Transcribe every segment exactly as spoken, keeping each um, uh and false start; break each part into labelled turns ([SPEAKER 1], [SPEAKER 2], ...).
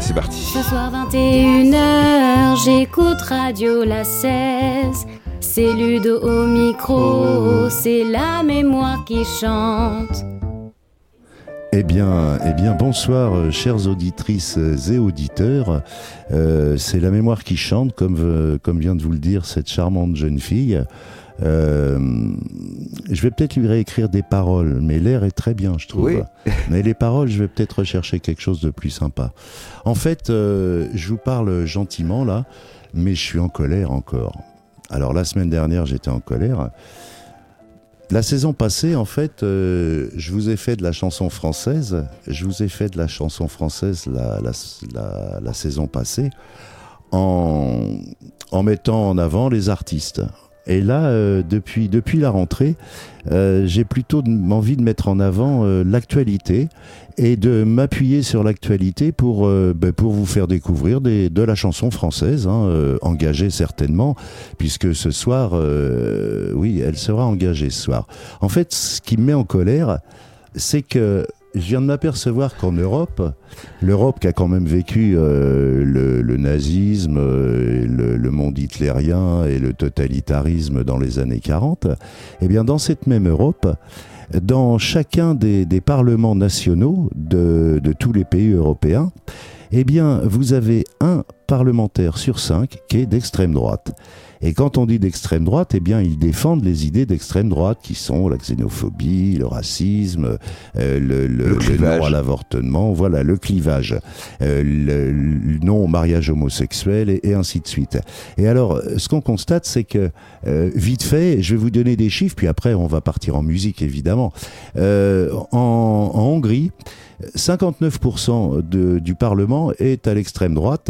[SPEAKER 1] c'est parti.
[SPEAKER 2] Ce soir vingt et une heures, j'écoute Radio La seize. C'est Ludo au micro, c'est la mémoire qui chante.
[SPEAKER 3] Eh bien, eh bien, bonsoir, euh, chères auditrices et auditeurs. Euh, c'est la mémoire qui chante, comme, euh, comme vient de vous le dire cette charmante jeune fille. Euh, je vais peut-être lui réécrire des paroles, mais l'air est très bien, je trouve.
[SPEAKER 1] Oui.
[SPEAKER 3] Mais les paroles, je vais peut-être rechercher quelque chose de plus sympa. En fait, euh, je vous parle gentiment là, mais je suis en colère encore. Alors la semaine dernière, j'étais en colère. La saison passée, en fait, euh, je vous ai fait de la chanson française. Je vous ai fait de la chanson française la, la, la, la saison passée en, en mettant en avant les artistes. Et là, euh, depuis, depuis la rentrée, euh, j'ai plutôt envie de mettre en avant euh, l'actualité et de m'appuyer sur l'actualité pour, euh, ben, pour vous faire découvrir des, de la chanson française, hein, euh, engagée certainement, puisque ce soir, euh, oui, elle sera engagée ce soir. En fait, ce qui me met en colère, c'est que je viens de m'apercevoir qu'en Europe, l'Europe qui a quand même vécu euh, le, le nazisme, euh, le, le monde hitlérien et le totalitarisme dans les années quarante, eh bien dans cette même Europe, dans chacun des, des parlements nationaux de, de tous les pays européens, eh bien vous avez un parlementaire sur cinq qui est d'extrême droite. Et quand on dit d'extrême droite, eh bien, ils défendent les idées d'extrême droite qui sont la xénophobie, le racisme, euh, le, le, le, le non à l'avortement, voilà, le clivage, euh, le, le non au mariage homosexuel et, et ainsi de suite. Et alors, ce qu'on constate, c'est que, euh, vite fait, je vais vous donner des chiffres, puis après, on va partir en musique, évidemment. Euh, en, en Hongrie, cinquante-neuf pour cent de, du Parlement est à l'extrême droite.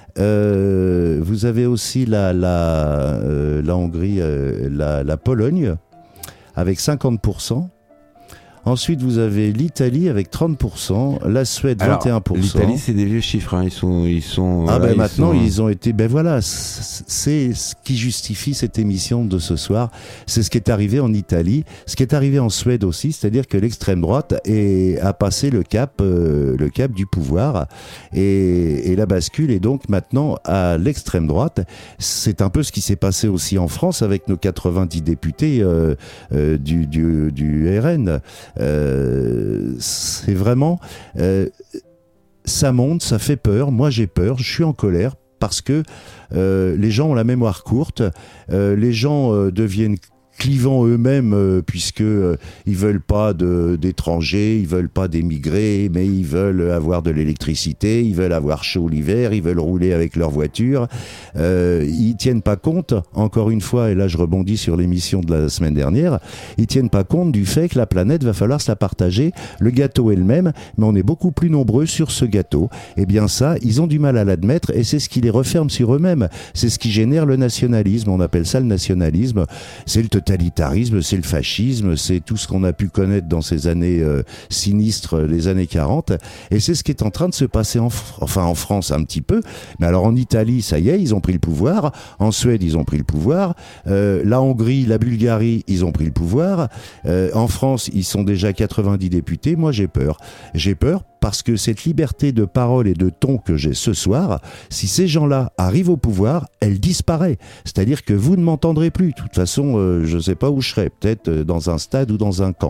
[SPEAKER 3] Euh, vous avez aussi la, la, euh, la Hongrie, euh, la, la Pologne, avec cinquante pour cent. Ensuite, vous avez l'Italie avec trente pour cent, la Suède vingt et un pour cent.
[SPEAKER 1] Alors, l'Italie, c'est des vieux chiffres, hein. Ils sont, ils sont.
[SPEAKER 3] Ah
[SPEAKER 1] voilà,
[SPEAKER 3] ben
[SPEAKER 1] ils
[SPEAKER 3] maintenant,
[SPEAKER 1] sont...
[SPEAKER 3] ils ont été. Ben voilà, c'est ce qui justifie cette émission de ce soir. C'est ce qui est arrivé en Italie, ce qui est arrivé en Suède aussi, c'est-à-dire que l'extrême droite est, a passé le cap, euh, le cap du pouvoir, et, et la bascule est donc maintenant à l'extrême droite. C'est un peu ce qui s'est passé aussi en France avec nos quatre-vingt-dix députés euh, euh, du, du, du R N. Euh, c'est vraiment euh, ça monte, ça fait peur. Moi j'ai peur, je suis en colère parce que euh, les gens ont la mémoire courte, euh, les gens euh, deviennent clivants eux-mêmes euh, puisque euh, ils veulent pas de, d'étrangers, ils veulent pas d'émigrés, mais ils veulent avoir de l'électricité, ils veulent avoir chaud l'hiver, ils veulent rouler avec leur voiture. Euh, ils tiennent pas compte, encore une fois, et là je rebondis sur l'émission de la semaine dernière, ils tiennent pas compte du fait que la planète va falloir se la partager. Le gâteau est le même, mais on est beaucoup plus nombreux sur ce gâteau. Et bien ça, ils ont du mal à l'admettre et c'est ce qui les referme sur eux-mêmes. C'est ce qui génère le nationalisme. On appelle ça le nationalisme. C'est le totalitarisme, c'est le fascisme, c'est tout ce qu'on a pu connaître dans ces années euh, sinistres, les années quarante, et c'est ce qui est en train de se passer en, enfin en France un petit peu, mais alors en Italie, ça y est, ils ont pris le pouvoir, en Suède, ils ont pris le pouvoir, euh, la Hongrie, la Bulgarie, ils ont pris le pouvoir, euh, en France, ils sont déjà quatre-vingt-dix députés, moi j'ai peur, j'ai peur parce que cette liberté de parole et de ton que j'ai ce soir, si ces gens-là arrivent au pouvoir, elle disparaît. C'est-à-dire que vous ne m'entendrez plus. De toute façon, euh, je ne sais pas où je serai. Peut-être dans un stade ou dans un camp.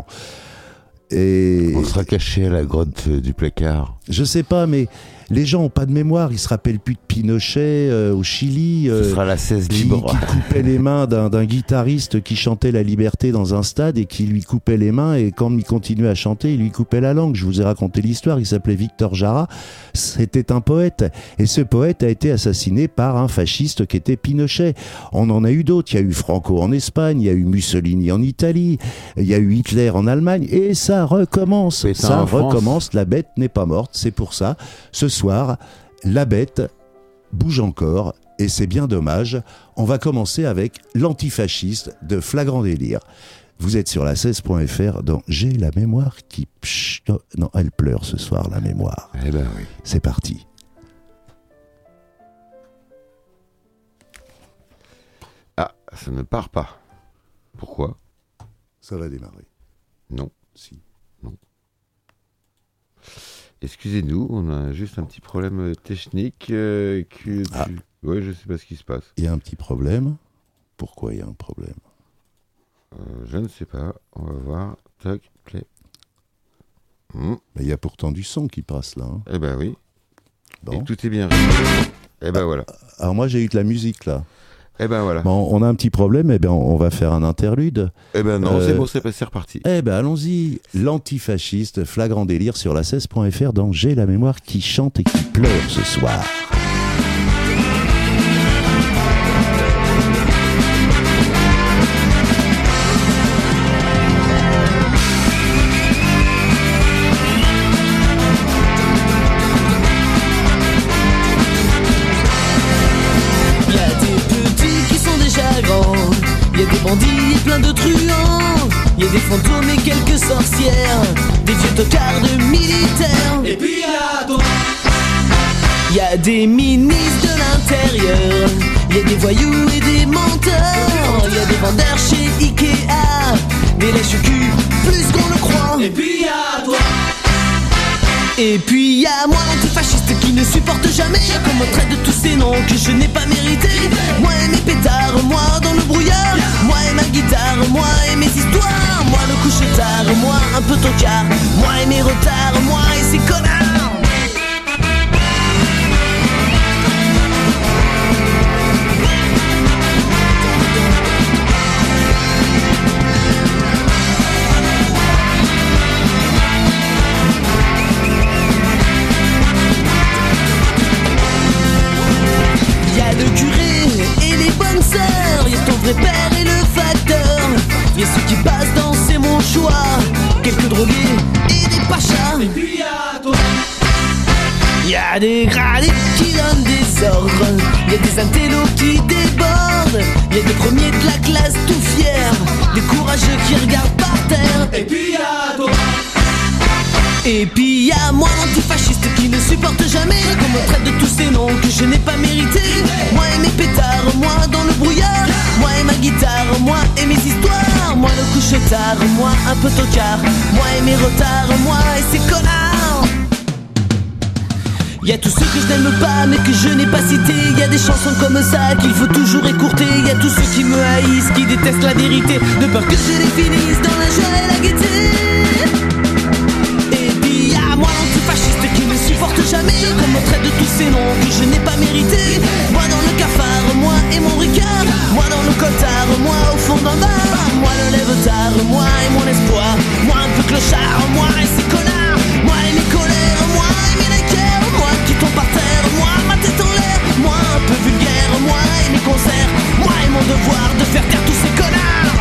[SPEAKER 3] Et...
[SPEAKER 1] On sera caché à la grotte du placard.
[SPEAKER 3] Je sais pas, mais les gens ont pas de mémoire. Ils se rappellent plus de Pinochet euh, au Chili.
[SPEAKER 1] Euh, Ce sera la seize
[SPEAKER 3] qui,
[SPEAKER 1] libre.
[SPEAKER 3] qui coupait les mains d'un, d'un guitariste qui chantait la liberté dans un stade et qui lui coupait les mains. Et quand il continuait à chanter, il lui coupait la langue. Je vous ai raconté l'histoire. Il s'appelait Victor Jara. C'était un poète. Et ce poète a été assassiné par un fasciste qui était Pinochet. On en a eu d'autres. Il y a eu Franco en Espagne. Il y a eu Mussolini en Italie. Il y a eu Hitler en Allemagne. Et ça recommence.
[SPEAKER 1] Pétain
[SPEAKER 3] ça
[SPEAKER 1] en
[SPEAKER 3] recommence.
[SPEAKER 1] France.
[SPEAKER 3] La bête n'est pas morte. C'est pour ça. Ce soir, la bête bouge encore. Et c'est bien dommage. On va commencer avec l'antifasciste de Flagrant Délire. Vous êtes sur la seize point f r dans J'ai la mémoire qui... Psh, non, elle pleure ce soir, la mémoire.
[SPEAKER 1] Eh ben oui.
[SPEAKER 3] C'est parti.
[SPEAKER 1] Ah, ça ne part pas. Pourquoi ?
[SPEAKER 3] Ça va démarrer.
[SPEAKER 1] Non.
[SPEAKER 3] Si.
[SPEAKER 1] Non. Excusez-nous, on a juste un petit problème technique. Euh, que
[SPEAKER 3] Ah.
[SPEAKER 1] tu... Oui, je sais pas ce qui se passe.
[SPEAKER 3] Il y a un petit problème. Pourquoi il y a un problème?
[SPEAKER 1] Euh, je ne sais pas. On va voir. Tac, play. Hmm.
[SPEAKER 3] Mais il y a pourtant du son qui passe là. hein.
[SPEAKER 1] Eh ben oui. Et
[SPEAKER 3] Bon.
[SPEAKER 1] que tout est bien réglé. Eh ben voilà.
[SPEAKER 3] Alors moi j'ai eu de la musique là.
[SPEAKER 1] Eh ben voilà.
[SPEAKER 3] Bon, on a un petit problème, eh ben on va faire un interlude.
[SPEAKER 1] Eh ben non,
[SPEAKER 3] Euh,
[SPEAKER 1] c'est bon, c'est pas- c'est reparti.
[SPEAKER 3] Eh ben allons-y, l'antifasciste, flagrant délire sur la seize point f r dans J'ai la mémoire qui chante et qui pleure ce soir.
[SPEAKER 4] Y a des petits qui sont déjà grands, y a des bandits et plein de truands, y a des fantômes et quelques sorcières, des vieux tocards de militaires. Et puis y a d'autres. Y a des ministres de l'intérieur, y a des voyous et des menteurs, y a des vendeurs chez Ikea, des lèches au cul plus qu'on le croit. Et puis y a toi. Et puis y a moi l'antifasciste qui ne supporte jamais qu'on me traite de tous ces noms que je n'ai pas mérité. Moi et mes pétards, moi dans le brouillard, moi et ma guitare, moi et mes histoires, moi le couche-tard, moi un peu tocard, moi et mes retards, moi et ces connards. Y'a le curé et les bonnes sœurs, y'a ton vrai père et le facteur, y'a ceux qui passent dans c'est mon choix, quelques drogués et des pachas. Et puis y'a toi. Y'a des gradés qui donnent des ordres, y'a des intellos qui débordent, y'a des premiers de la classe tout fiers, des courageux qui regardent par terre. Et puis y'a toi. Et puis y a moi l'antifasciste qui ne supporte jamais qu'on me traite de tous ces noms que je n'ai pas mérité. Moi et mes pétards, moi dans le brouillard, moi et ma guitare, moi et mes histoires, moi le couche-tard, moi un peu tocard, moi et mes retards, moi et ces connards. Y a tous ceux que je n'aime pas mais que je n'ai pas cités, y a des chansons comme ça qu'il faut toujours écourter, y a tous ceux qui me haïssent, qui détestent la vérité, de peur que je les finisse dans la joie et la gaieté. Moi l'antifasciste qui ne supporte jamais qu'on me traite de tous ces noms que je n'ai pas mérité. Moi dans le cafard, moi et mon ricard, moi dans le cotard, moi au fond d'un bar, moi le lève-tard, moi et mon espoir, moi un peu clochard, moi et ces connards, moi et mes colères, moi et mes laquaires, moi qui tombe par terre, moi ma tête en l'air, moi un peu vulgaire, moi et mes concerts, moi et mon devoir de faire taire tous ces connards.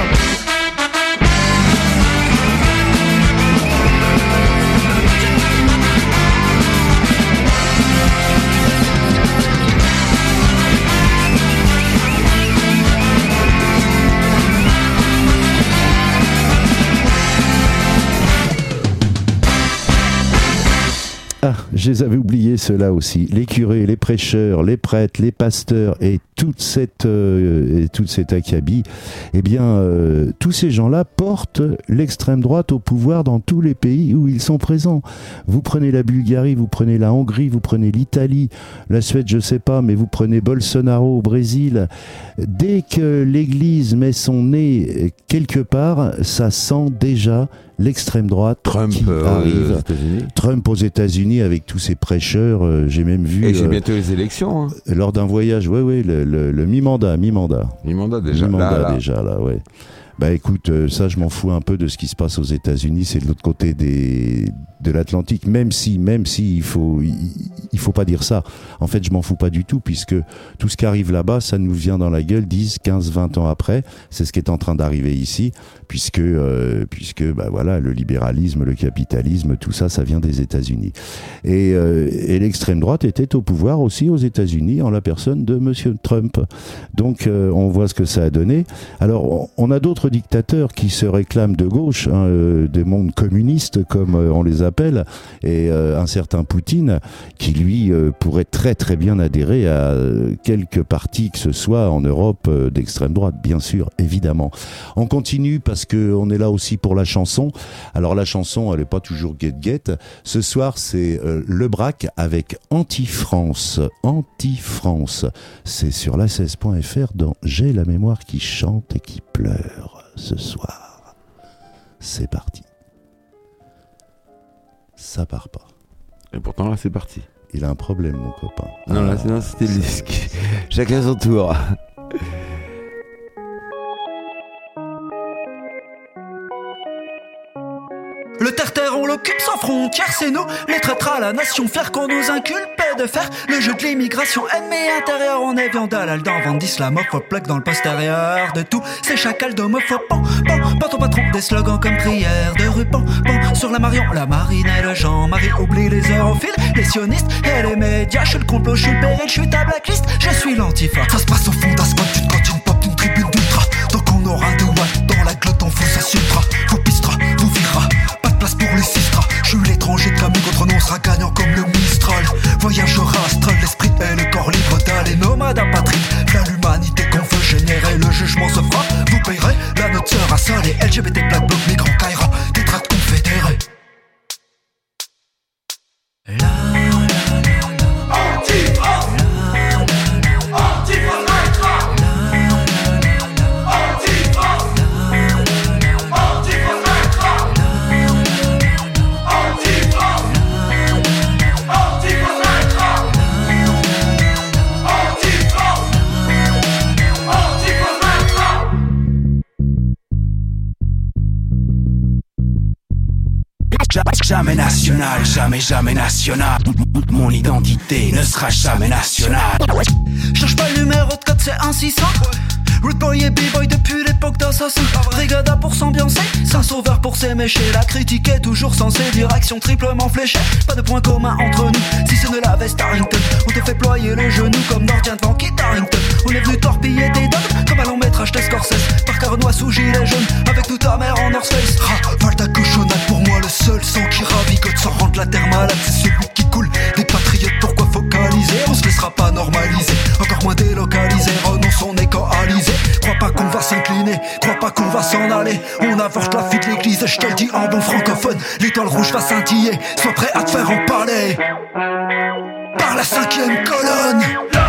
[SPEAKER 3] Ah, je les avais oubliés ceux-là aussi. Les curés, les prêcheurs, les prêtres, les pasteurs et toute cette, euh, et toute cette acabit. Eh bien, euh, tous ces gens-là portent l'extrême droite au pouvoir dans tous les pays où ils sont présents. Vous prenez la Bulgarie, vous prenez la Hongrie, vous prenez l'Italie, la Suède, je sais pas, mais vous prenez Bolsonaro au Brésil. Dès que l'Église met son nez quelque part, ça sent déjà l'extrême droite
[SPEAKER 1] Trump
[SPEAKER 3] qui
[SPEAKER 1] euh,
[SPEAKER 3] arrive.
[SPEAKER 1] aux États-Unis.
[SPEAKER 3] Trump aux États-Unis avec tous ses prêcheurs, euh, j'ai même vu
[SPEAKER 1] Et c'est
[SPEAKER 3] euh,
[SPEAKER 1] bientôt les élections. Hein.
[SPEAKER 3] lors d'un voyage, ouais, ouais, le, le, le mi-mandat, mi-mandat,
[SPEAKER 1] Mi-mandat déjà.
[SPEAKER 3] mi-mandat
[SPEAKER 1] Là, là.
[SPEAKER 3] déjà là, ouais. Bah écoute, euh, ça je m'en fous un peu de ce qui se passe aux États-Unis, c'est de l'autre côté des de l'Atlantique, même si, même si il faut, il, il faut pas dire ça. En fait, je m'en fous pas du tout, puisque tout ce qui arrive là-bas, ça nous vient dans la gueule dix, quinze, vingt ans après. C'est ce qui est en train d'arriver ici, puisque, euh, puisque, bah voilà, le libéralisme, le capitalisme, tout ça, ça vient des États-Unis. Et, euh, et l'extrême droite était au pouvoir aussi aux États-Unis, en la personne de Monsieur Trump. Donc, euh, on voit ce que ça a donné. Alors, on, on a d'autres dictateurs qui se réclament de gauche, hein, euh, des mondes communistes, comme euh, on les a appelle, et euh, un certain Poutine qui lui euh, pourrait très très bien adhérer à euh, quelques partis que ce soit en Europe euh, d'extrême droite, bien sûr, évidemment. On continue parce que on est là aussi pour la chanson. Alors la chanson, elle est pas toujours guette-guette. Ce soir, c'est euh, Le Braque avec Anti-France. Anti-France. C'est sur la seize point f r dans J'ai la mémoire qui chante et qui pleure ce soir. C'est parti. Ça part pas.
[SPEAKER 1] Et pourtant là c'est parti.
[SPEAKER 3] Il a un problème mon copain.
[SPEAKER 1] Non là c'est, non, c'était le disque. Chacun son tour.
[SPEAKER 5] Le terre-terre, on l'occupe sans frontières, c'est nous, les traîtres à la nation, fiers qu'on nous inculpait de faire le jeu de l'immigration ennemi intérieur. On est viande halal dans vente d'islamophobe, plaque dans le postérieur de tous ces chacals d'homophobes. Pan, pan, pan ton patron, des slogans comme prière de rue, pan, pan, sur la Marion, la Marine et le Jean-Marie. Oublie les europhiles, les sionistes et les médias. Je suis le complot, je suis le péril, je suis ta blacklist, je suis l'antifa. Ça se passe au fond d'un squat, d'une cantine pop, d'une tribune d'ultra. Tant qu'on aura deux watts dans la glotte, on fout ça supra. Vous pistera, vous virera. Pour les sistras, je suis l'étranger de Camus, contre nous on sera gagnant comme le Mistral. Voyageur astral, l'esprit et le corps libre d'aller nomade apatride. Là l'humanité qu'on veut générer, le jugement se fera. Vous payerez la note sera salée. L G B T, Black Bloc, migrants, Kaira, tétrade confédérés. La la la la Anti-France, Anti-France vaincra. Anti-France, Anti-France vaincra. Jamais national, jamais jamais national. Mon identité ne sera jamais nationale. Cherche pas le numéro de code, c'est un six cents. Root boy et b-boy depuis l'époque d'Assassin. Brigada pour s'ambiancer, Saint-Sauveur pour s'émécher. La critique est toujours censée, direction triplement fléchée. Pas de point commun entre nous, si ce n'est la veste Harrington. On te fait ployer le genou comme Nordien devant Kit Harington. On est venu torpiller tes dogmes comme un long métrage de Scorsese. Par Carnois sous gilet jaune, avec nous ta mère en North Face. Rafale ta cochonnade, pour moi le seul sang qui ravigote sans rendre la terre malade, c'est celui qui coule. Des patriotes, pourquoi focaliser? On se laissera pas normaliser, encore moins délocaliser. Renonce, on est coalisé. Crois pas qu'on va s'incliner, crois pas qu'on va s'en aller. On avorte la fille de l'église, je te le dis en bon francophone. L'étoile rouge va scintiller, sois prêt à te faire empaler par la cinquième colonne.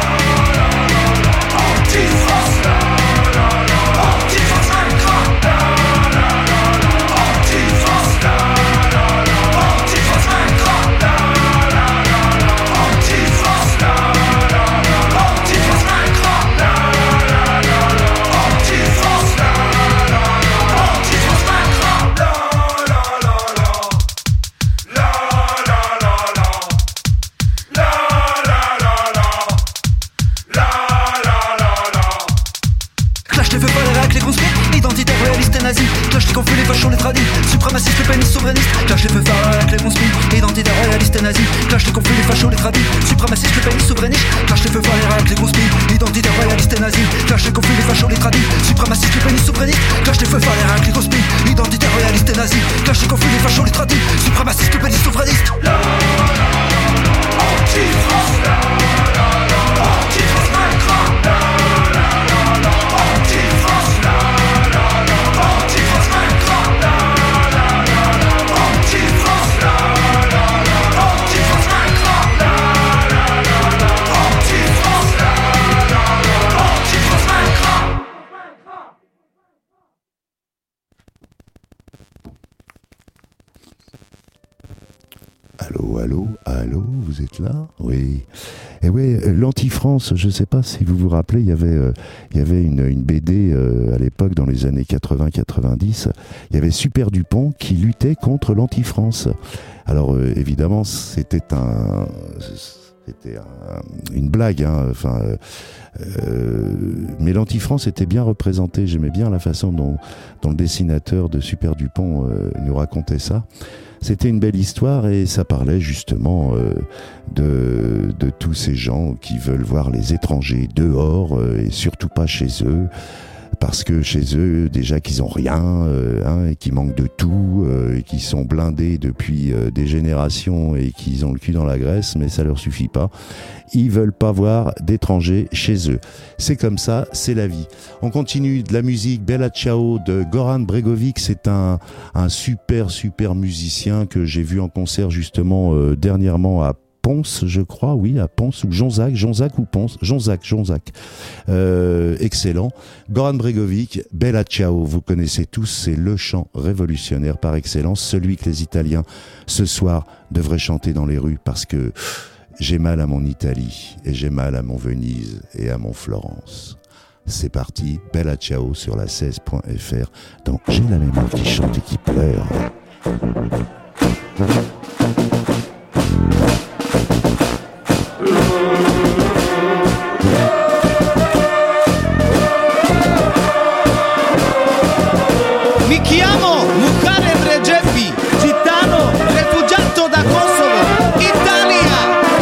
[SPEAKER 5] Anti-France, Anti-France vaincra. Anti-France, Anti-France vaincra. Anti-France, Anti-France vaincra. Anti-France, Anti-France vaincra. La la la la, la la la la, la la la la. Clash les feux pas les réacs, les conscrits, identitaires, réalistes et nazis. Clash les conflits, les fachos, les tradis, suprémacistes, les pénis, souverainistes. Clash les feux pas les réacs, les conscrits, identitaires, réalistes et nazis. Clash les conflits, les fachos, les tradis, suprémacistes, les pénis, souverainistes. Clash les feux pas les réacs, les conscrits, identitaires, réalistes et nazis. Clash les conflits, les fachos, les tradis, suprémacistes, les pénis, souverainistes. Clash les feux pas les réacs, les conscrits, identitaires, réalistes et nazis. Clash les conflits, les fachos, les tradis, suprémacistes, les pénis, souverainistes. Anti-France, Anti-France vaincra. Anti-France, Anti-France vaincra. Anti-France, Anti-France vaincra. Anti-France, Anti-France vaincra.
[SPEAKER 3] Allô, allô, allô, vous êtes là? Oui. Et oui, l'Anti-France, je ne sais pas si vous vous rappelez, il y avait, euh, il y avait une, une B D euh, à l'époque, dans les années quatre-vingts quatre-vingt-dix, il y avait Super Dupont qui luttait contre l'Anti-France. Alors euh, évidemment, c'était un... C'était un, une blague, hein, enfin, euh, euh, mais l'Anti-France était bien représenté. J'aimais bien la façon dont, dont le dessinateur de Super Dupont euh, nous racontait ça. C'était une belle histoire et ça parlait justement euh, de, de tous ces gens qui veulent voir les étrangers dehors euh, et surtout pas chez eux, parce que chez eux, déjà qu'ils ont rien, euh, hein, et qu'ils manquent de tout, euh, et qu'ils sont blindés depuis euh, des générations et qu'ils ont le cul dans la graisse, mais ça leur suffit pas. Ils veulent pas voir d'étrangers chez eux. C'est comme ça, c'est la vie. On continue de la musique. Bella Ciao de Goran Bregovic. C'est un, un super, super musicien que j'ai vu en concert justement euh, dernièrement à Ponce, je crois, oui, à Ponce ou Jonzac, Jonzac ou Ponce, Jonzac, Jonzac. Euh, excellent. Goran Bregovic, Bella Ciao, vous connaissez tous, c'est le chant révolutionnaire par excellence, celui que les Italiens, ce soir, devraient chanter dans les rues parce que j'ai mal à mon Italie et j'ai mal à mon Venise et à mon Florence. C'est parti, Bella Ciao sur la seize point f r. Donc j'ai la mémoire qui chante et qui pleure.
[SPEAKER 6] Mi chiamo Muharrem Regepi, gitano, rifugiato da Kosovo, Italia,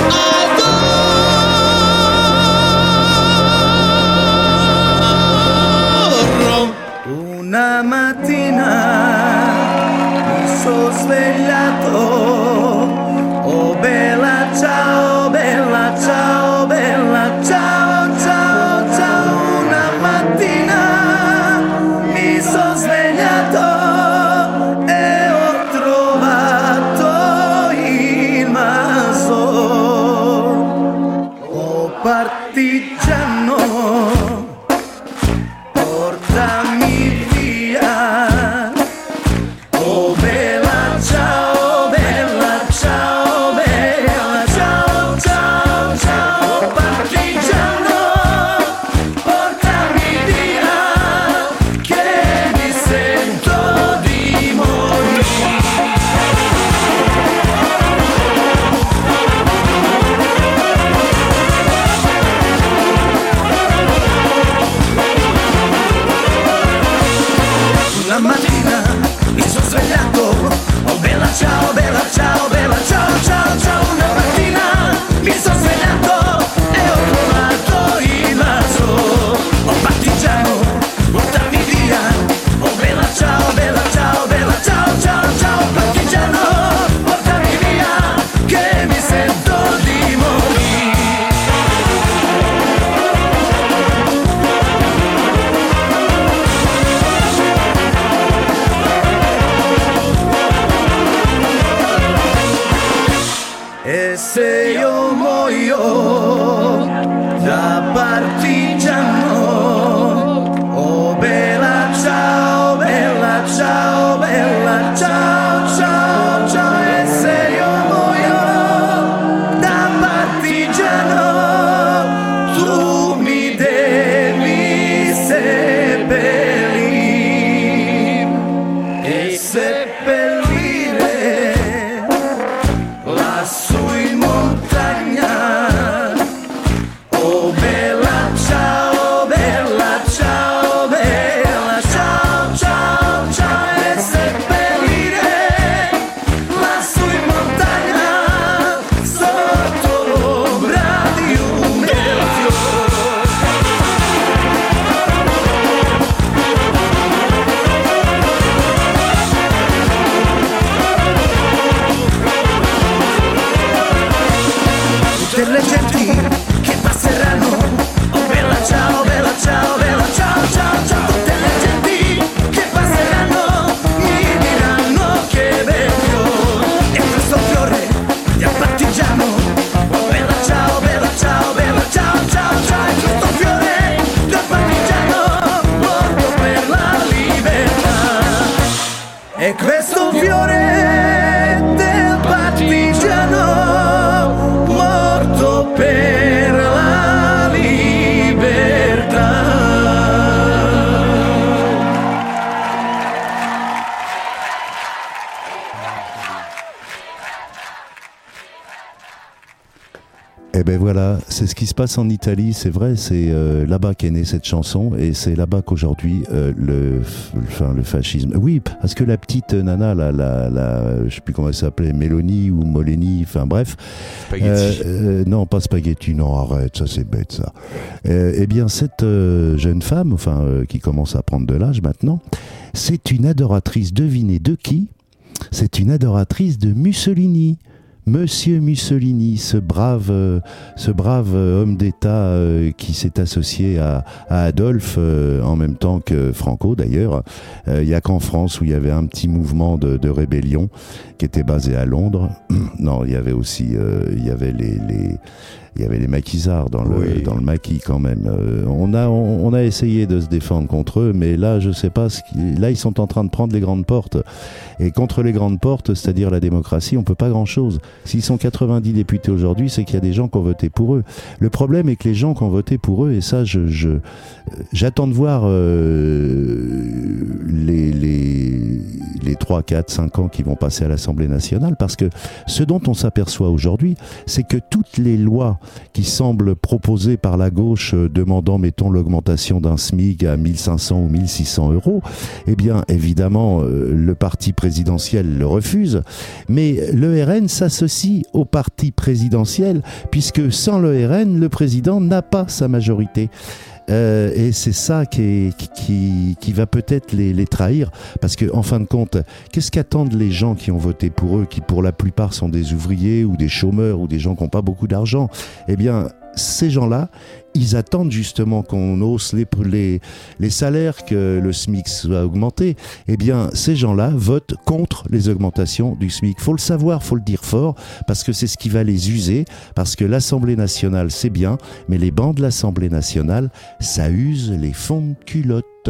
[SPEAKER 6] adoro. Una mattina mi sono svegliato, oh bella ciao, bella ciao, bella ciao, ciao, ciao. Una mattina mi sono svegliato e ho trovato il maso. Oh partigiano, portami via. Oh bella ciao, bella ciao, bella ciao, ciao, ciao. Partigiano, portami via, che mi sento di morire. Una mattina mi sono svegliato, oh bella ciao, bella ciao, bella ciao, ciao, ciao. Una mattina mi sono svegliato e ho trovato il vaso. Oh partigiano, portami via, oh bella ciao, bella ciao, bella ciao, ciao, ciao. Partigiano, portami via, che mi sento di morire. E se io muoio da partigiano, oh bella ciao, bella ciao, bella ciao, ciao, ciao. E se io muoio da partigiano, tu mi devi seppellire e seppellire lassù in montagna. Oh bella ciao, bella ciao, bella ciao, ciao, ciao. E seppellire lassù in montagna, sotto l'ombra di un bel fiore. Tutte le genti che passeranno, oh bella ciao, bella ciao, bella ciao, ciao, ciao. Tutte le genti che passeranno mi diranno che bel fiore. E questo fiore del partigiano, oh bella ciao, bella ciao, bella ciao, ciao, ciao. E questo fiore del partigiano morto per la libertà. E questo fiore del partigiano morto per
[SPEAKER 3] ben voilà, c'est ce qui se passe en Italie, c'est vrai, c'est euh, là-bas qu'est née cette chanson et c'est là-bas qu'aujourd'hui euh, le, enfin, le fascisme. Oui, parce que la petite nana, la, la, la, je sais plus comment elle s'appelait, Mélanie ou Moleni, enfin bref.
[SPEAKER 1] Spaghetti.
[SPEAKER 3] Euh, euh, non, pas spaghetti, non, arrête, ça c'est bête ça. Euh, eh bien, cette euh, jeune femme, enfin, euh, qui commence à prendre de l'âge maintenant, c'est une adoratrice, devinez de qui ? C'est une adoratrice de Mussolini. Monsieur Mussolini, ce brave, euh, ce brave euh, homme d'État euh, qui s'est associé à, à Adolphe euh, en même temps que Franco d'ailleurs. Euh, il y a qu'en France où il y avait un petit mouvement de, de rébellion qui était basé à Londres. Non, il y avait aussi, euh, il y avait les, les il y avait les maquisards dans le
[SPEAKER 1] Oui.
[SPEAKER 3] dans le maquis quand même. Euh, on a on, on a essayé de se défendre contre eux, mais là je sais pas ce qui, là ils sont en train de prendre les grandes portes. Et contre les grandes portes, c'est-à-dire la démocratie, on peut pas grand-chose. S'ils sont quatre-vingt-dix députés aujourd'hui, c'est qu'il y a des gens qui ont voté pour eux. Le problème est que les gens qui ont voté pour eux, et ça je, je j'attends de voir euh, les les les trois, quatre, cinq ans qui vont passer à l'Assemblée nationale, parce que ce dont on s'aperçoit aujourd'hui, c'est que toutes les lois qui semblent proposées par la gauche euh, demandant, mettons, l'augmentation d'un SMIC à mille cinq cents ou mille six cents euros, eh bien, évidemment, euh, le parti présidentiel le refuse, mais le R N s'associe au parti présidentiel, puisque sans le R N, le président n'a pas sa majorité. Euh, et c'est ça qui, est, qui, qui va peut-être les, les trahir, parce que en fin de compte, qu'est-ce qu'attendent les gens qui ont voté pour eux, qui pour la plupart sont des ouvriers ou des chômeurs ou des gens qui n'ont pas beaucoup d'argent? Eh bien, ces gens-là, ils attendent justement qu'on hausse les, les, les salaires, que le SMIC soit augmenté. Eh bien, ces gens-là votent contre les augmentations du SMIC. Faut le savoir, faut le dire fort, parce que c'est ce qui va les user, parce que l'Assemblée nationale, c'est bien, mais les bancs de l'Assemblée nationale, ça use les fonds de culotte.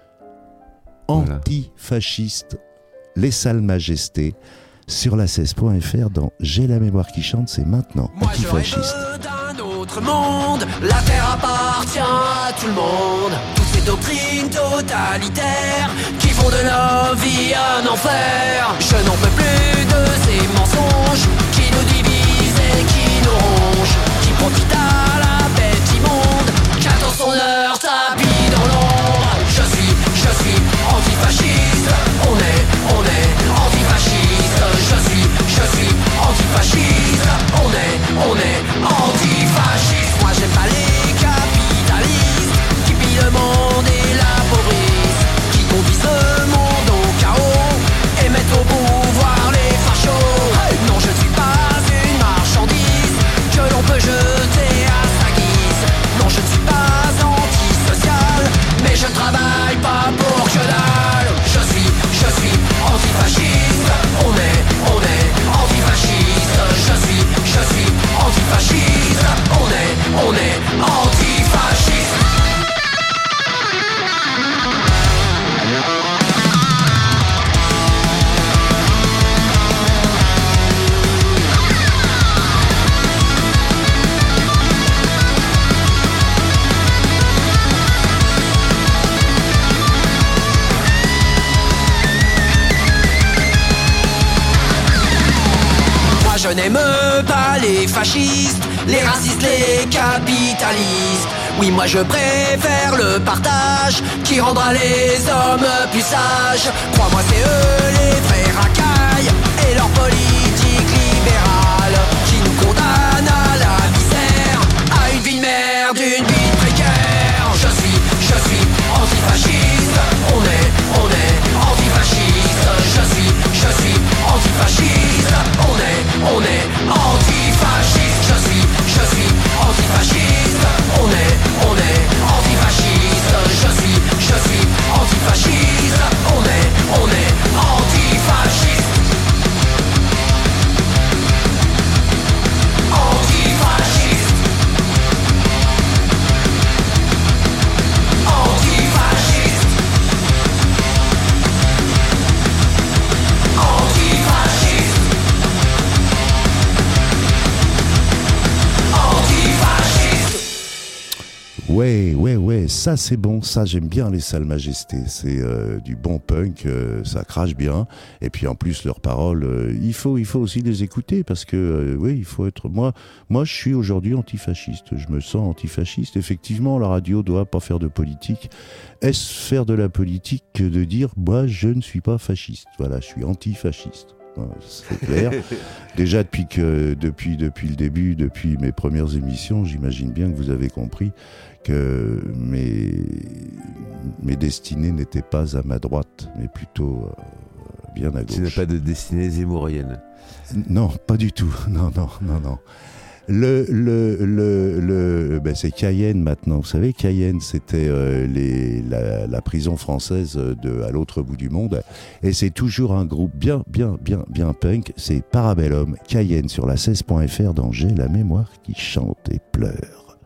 [SPEAKER 1] Voilà.
[SPEAKER 3] Antifascistes, les sales majestés, sur la seize point F R dans J'ai la mémoire qui chante, c'est maintenant.
[SPEAKER 5] Moi je
[SPEAKER 3] Antifasciste.
[SPEAKER 5] rêve d'un autre monde. La terre appartient à tout le monde. Toutes ces doctrines totalitaires qui font de nos vies un enfer. Je n'en peux plus de ces mensonges qui nous divisent et qui nous rongent, qui profitent à la bête immonde, qui attend son heure tapis dans l'ombre. Je suis, je suis antifasciste. On est, on est antifasciste. Je suis, je suis antifasciste. On est, on est antifasciste. Moi j'aime pas les capitalistes qui pillent le monde et l'appauvrissent, qui conduisent le monde au chaos et mettent au pouvoir les fachos. Non, je ne suis pas une marchandise que l'on peut jeter à sa guise. Non, je ne suis pas antisocial, mais je travaille pas pour que dalle. Je suis, je suis antifasciste. On est, on est antifasciste. Je suis, je suis antifasciste. On est, on est antifasciste. Moi je n'aime pas les fascistes, les racistes, les capitalistes. Oui, moi je préfère le partage qui rendra les hommes plus sages. Crois-moi, c'est eux les vrais racailles et leur politique libérale qui nous condamne à la misère, à une vie de merde, une vie précaire. Je suis, je suis antifasciste. On est, on est antifasciste. Je suis, je suis antifasciste. On est, on est antifasciste. Je suis, je suis antifasciste. On est, on est antifasciste. Je suis, je suis antifasciste. On est, on est antifasciste.
[SPEAKER 3] Ouais, ouais, ouais, ça c'est bon, ça j'aime bien les Salles Majestés, c'est euh, du bon punk, euh, ça crache bien, et puis en plus leurs paroles, euh, il faut, il faut aussi les écouter parce que, euh, oui, il faut être, moi, moi je suis aujourd'hui antifasciste, je me sens antifasciste, effectivement la radio doit pas faire de politique, est-ce faire de la politique que de dire, moi je ne suis pas fasciste, voilà, je suis antifasciste. C'est clair. Déjà depuis que depuis depuis le début, depuis mes premières émissions, j'imagine bien que vous avez compris que mes mes destinées n'étaient pas à ma droite, mais plutôt euh, bien à gauche.
[SPEAKER 1] Tu n'as pas de destinée zémourienne.
[SPEAKER 3] Non, pas du tout. Non, non, non, non. Le, le, le, le, ben c'est Cayenne maintenant. Vous savez, Cayenne, c'était euh, les, la, la prison française de à l'autre bout du monde. Et c'est toujours un groupe bien, bien, bien, bien punk. C'est Parabellum, Cayenne sur la seize point f r d'Angers, la mémoire qui chante et pleure.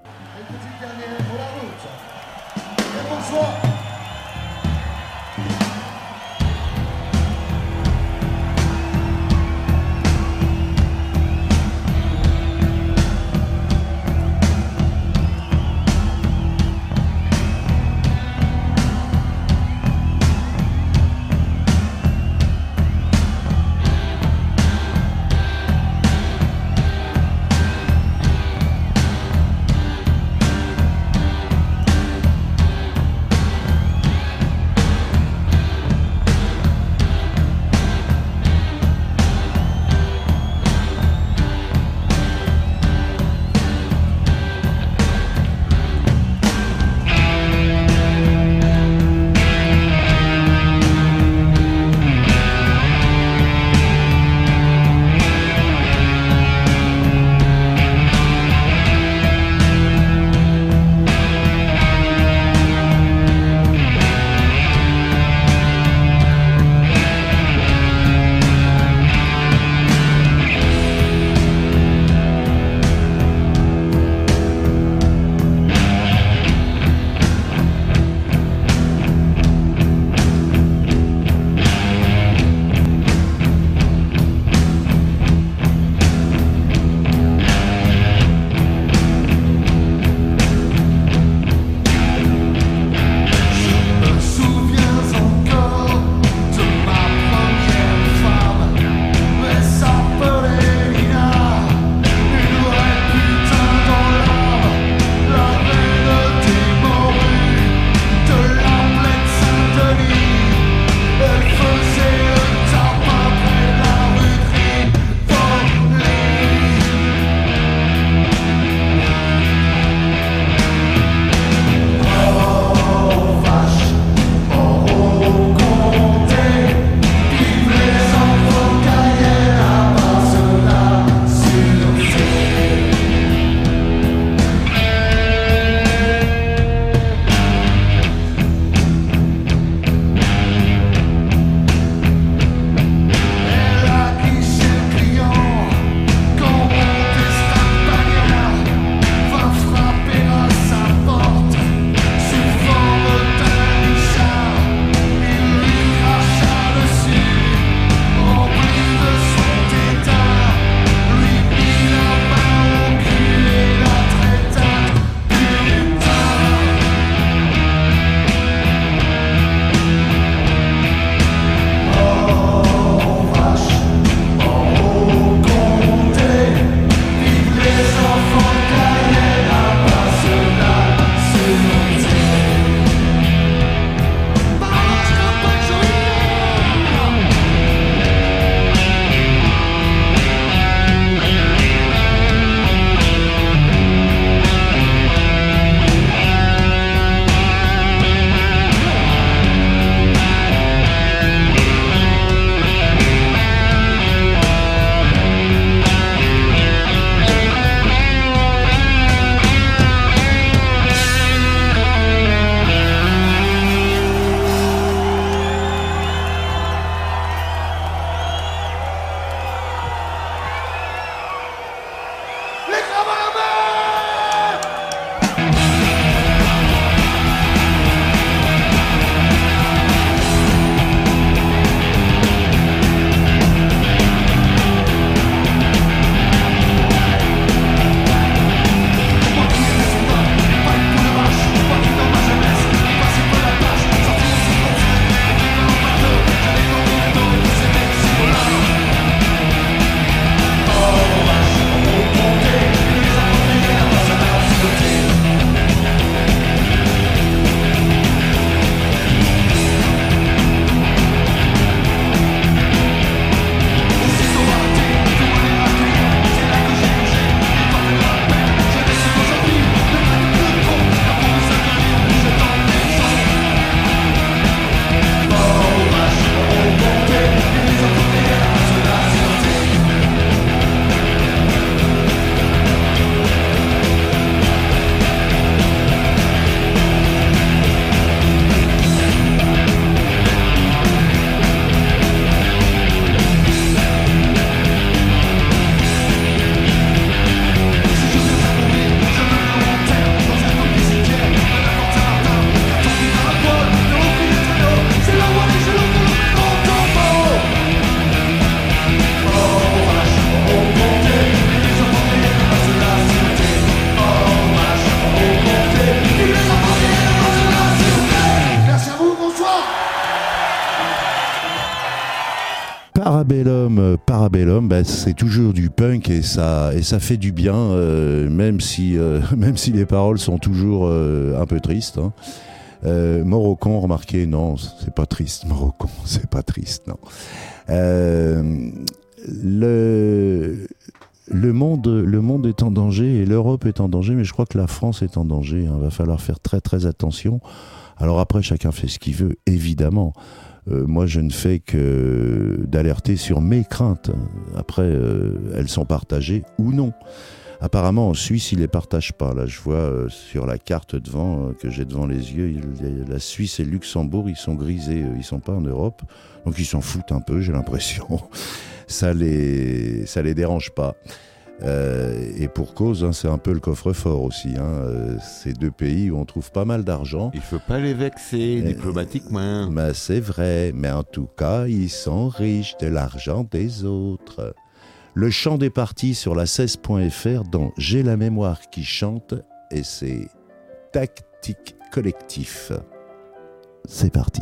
[SPEAKER 3] Parabellum, Parabellum, bah, c'est toujours du punk et ça, et ça fait du bien, euh, même, si, euh, même si les paroles sont toujours euh, un peu tristes. Hein. Euh, Moroccan, remarquez, non, c'est pas triste, Moroccan, c'est pas triste, non. Euh, le, le, monde, le monde est en danger et l'Europe est en danger, mais je crois que la France est en danger. Il hein. va falloir faire très très attention. Alors après, chacun fait ce qu'il veut, évidemment. Euh, moi, je ne fais que d'alerter sur mes craintes. Après, euh, elles sont partagées ou non. Apparemment, en Suisse, ils les partagent pas. Là, je vois euh, sur la carte devant euh, que j'ai devant les yeux, il, la Suisse et le Luxembourg, ils sont grisés. Euh, ils sont pas en Europe, donc ils s'en foutent un peu. J'ai l'impression. Ça les, ça les dérange pas. Euh, et pour cause, hein, c'est un peu le coffre-fort aussi. Hein. Euh, c'est deux pays où on trouve pas mal d'argent.
[SPEAKER 1] Il faut pas les vexer euh, diplomatiquement.
[SPEAKER 3] Mais c'est vrai. Mais en tout cas, ils sont riches de l'argent des autres. Le chant des partis sur la seize point F R dans J'ai la mémoire qui chante et c'est Tactique Collectif. C'est parti.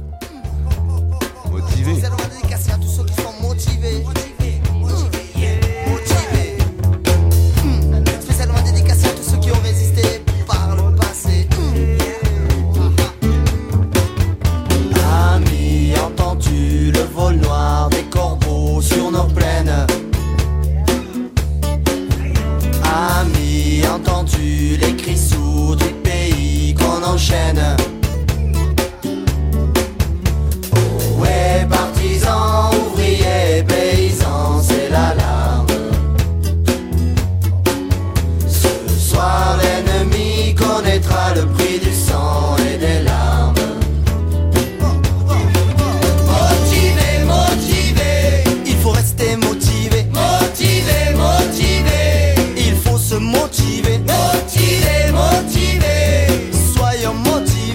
[SPEAKER 1] Motivé.
[SPEAKER 7] Nous allons dédicacer à tous ceux qui sont motivés. Motivés, motivés, motivés. Mmh. Spécialement dédicacé à tous ceux qui ont résisté par le passé. Mmh. Amis, entends-tu le vol noir des corbeaux sur nos plaines? Amis, entends-tu les cris sourds du pays qu'on enchaîne? Oh ouais, partisans, ouvriers, paysans, c'est l'alarme. Ce soir l'ennemi connaîtra le prix du sang et des larmes. Motivé, motivé, il faut rester motivé. Motivé, motivé, il faut se motiver. Motivé, motivé, soyons motivés.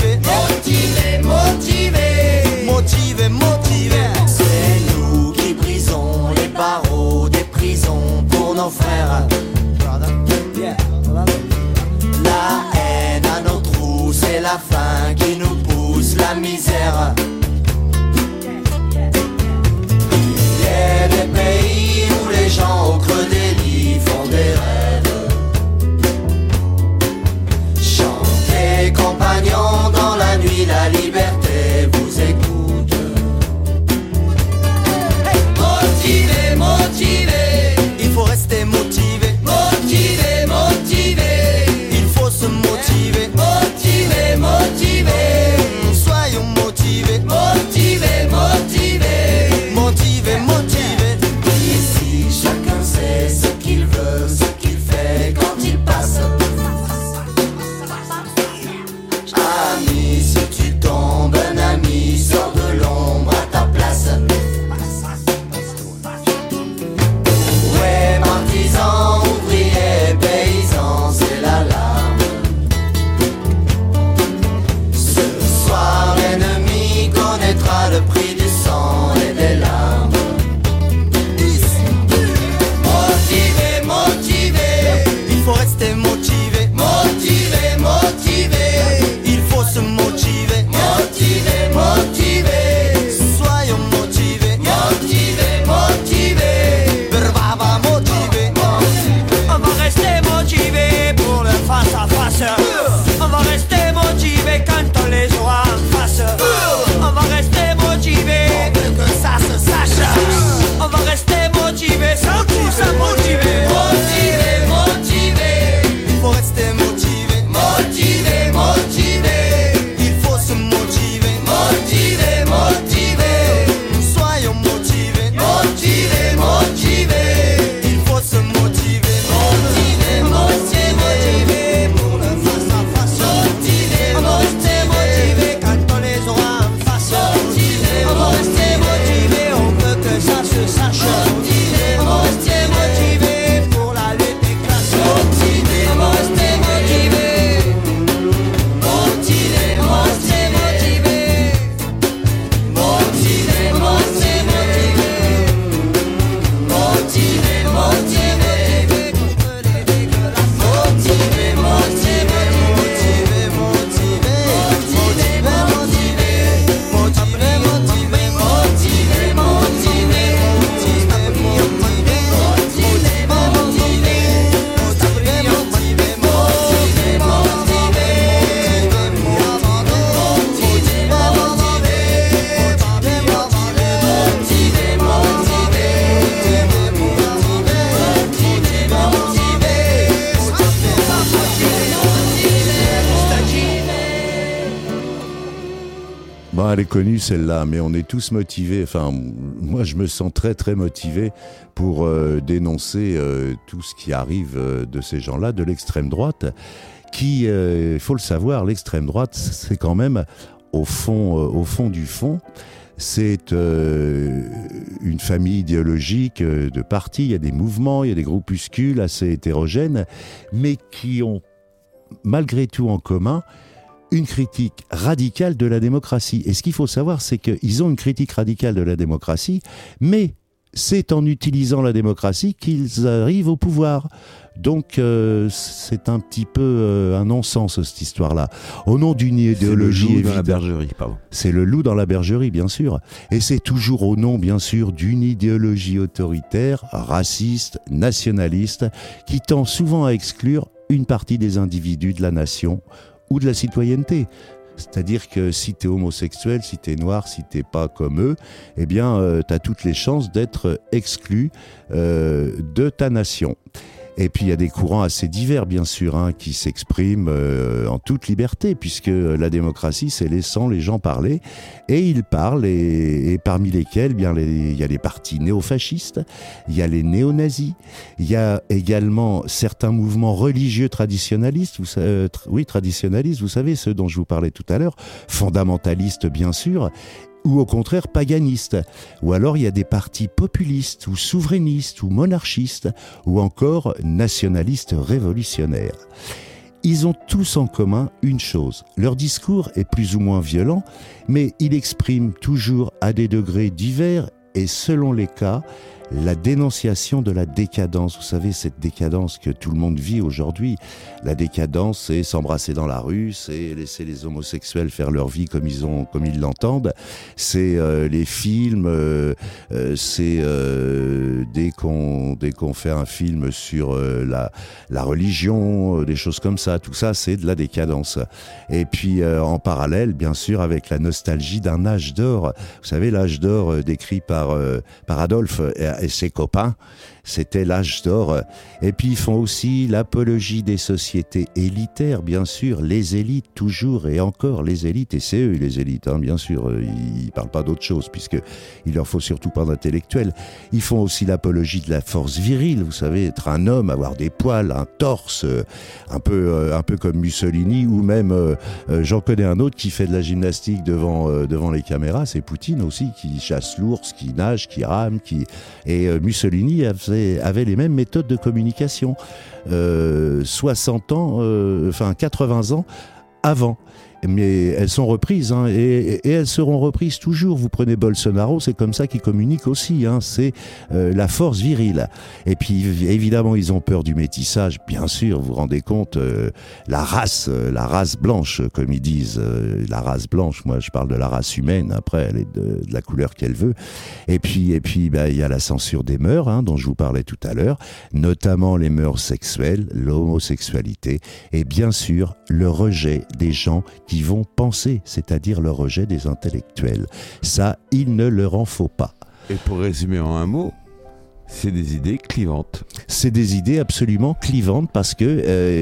[SPEAKER 3] Bon, elle est connue celle-là, mais on est tous motivés. Enfin, moi, je me sens très très motivé pour euh, dénoncer euh, tout ce qui arrive euh, de ces gens-là, de l'extrême droite, qui, il euh, faut le savoir, l'extrême droite, c'est quand même au fond, euh, au fond du fond. C'est euh, une famille idéologique euh, de partis, il y a des mouvements, il y a des groupuscules assez hétérogènes, mais qui ont malgré tout en commun une critique radicale de la démocratie. Et ce qu'il faut savoir, c'est qu'ils ont une critique radicale de la démocratie, mais c'est en utilisant la démocratie qu'ils arrivent au pouvoir. Donc euh, c'est un petit peu euh, un non-sens cette histoire-là. Au nom d'une idéologie
[SPEAKER 1] c'est le loup
[SPEAKER 3] évidente,
[SPEAKER 1] dans la bergerie, pardon.
[SPEAKER 3] C'est le loup dans la bergerie, bien sûr. Et c'est toujours au nom, bien sûr, d'une idéologie autoritaire, raciste, nationaliste, qui tend souvent à exclure une partie des individus de la nation ou de la citoyenneté. C'est-à-dire que si t'es homosexuel, si t'es noir, si t'es pas comme eux, eh bien, euh, t'as toutes les chances d'être exclu euh, de ta nation. Et puis il y a des courants assez divers, bien sûr, hein, qui s'expriment euh, en toute liberté, puisque la démocratie, c'est laissant les gens parler, et ils parlent, et, et parmi lesquels, bien, les, il y a les partis néofascistes, il y a les néo-nazis, il y a également certains mouvements religieux traditionnalistes, vous, euh, tr- oui, traditionnalistes, vous savez, ceux dont je vous parlais tout à l'heure, fondamentalistes, bien sûr, ou au contraire paganistes, ou alors il y a des partis populistes, ou souverainistes, ou monarchistes, ou encore nationalistes révolutionnaires. Ils ont tous en commun une chose, leur discours est plus ou moins violent, mais il exprime toujours à des degrés divers et selon les cas, la dénonciation de la décadence. Vous savez, cette décadence que tout le monde vit aujourd'hui. La décadence, c'est s'embrasser dans la rue, c'est laisser les homosexuels faire leur vie comme ils ont, comme ils l'entendent. C'est euh, les films, euh, euh, c'est euh, dès qu'on dès qu'on fait un film sur euh, la la religion, euh, des choses comme ça. Tout ça, c'est de la décadence. Et puis euh, en parallèle, bien sûr, avec la nostalgie d'un âge d'or. Vous savez, l'âge d'or euh, décrit par euh, par Adolphe et, et ses copains, c'était l'âge d'or. Et puis ils font aussi l'apologie des sociétés élitaires, bien sûr, les élites toujours et encore les élites, et c'est eux les élites, hein, bien sûr, ils parlent pas d'autre chose puisque il leur faut surtout pas d'intellectuels. Ils font aussi l'apologie de la force virile, vous savez, être un homme, avoir des poils, un torse, un peu un peu comme Mussolini, ou même euh, j'en connais un autre qui fait de la gymnastique devant euh, devant les caméras, c'est Poutine aussi, qui chasse l'ours, qui nage, qui rame, qui et euh, Mussolini avait avait les mêmes méthodes de communication euh, soixante ans, euh, enfin quatre-vingts ans avant. Mais elles sont reprises, hein, et, et elles seront reprises toujours. Vous prenez Bolsonaro, c'est comme ça qu'il communique aussi, hein, c'est euh, la force virile. Et puis évidemment, ils ont peur du métissage, bien sûr. Vous vous rendez compte, euh, la race, euh, la race blanche, comme ils disent, euh, la race blanche. Moi, je parle de la race humaine. Après, elle est de, de la couleur qu'elle veut. Et puis, et puis, bah, il y a la censure des mœurs, hein, dont je vous parlais tout à l'heure, notamment les mœurs sexuelles, l'homosexualité, et bien sûr le rejet des gens qui vont penser, c'est-à-dire le rejet des intellectuels. Ça, il ne leur en faut pas.
[SPEAKER 1] Et pour résumer en un mot, c'est des idées clivantes.
[SPEAKER 3] C'est des idées absolument clivantes parce que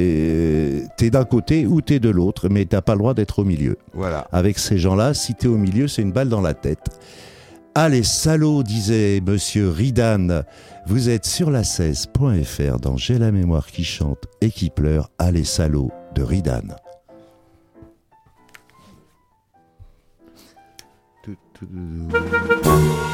[SPEAKER 3] euh, t'es d'un côté ou t'es de l'autre, mais t'as pas le droit d'être au milieu.
[SPEAKER 1] Voilà.
[SPEAKER 3] Avec ces gens-là, si t'es au milieu, c'est une balle dans la tête. Ah les salauds, disait monsieur Ridan, vous êtes sur la seize point f r dans J'ai la mémoire qui chante et qui pleure. Ah les salauds de Ridan.
[SPEAKER 1] Tout, tout, tout, tout.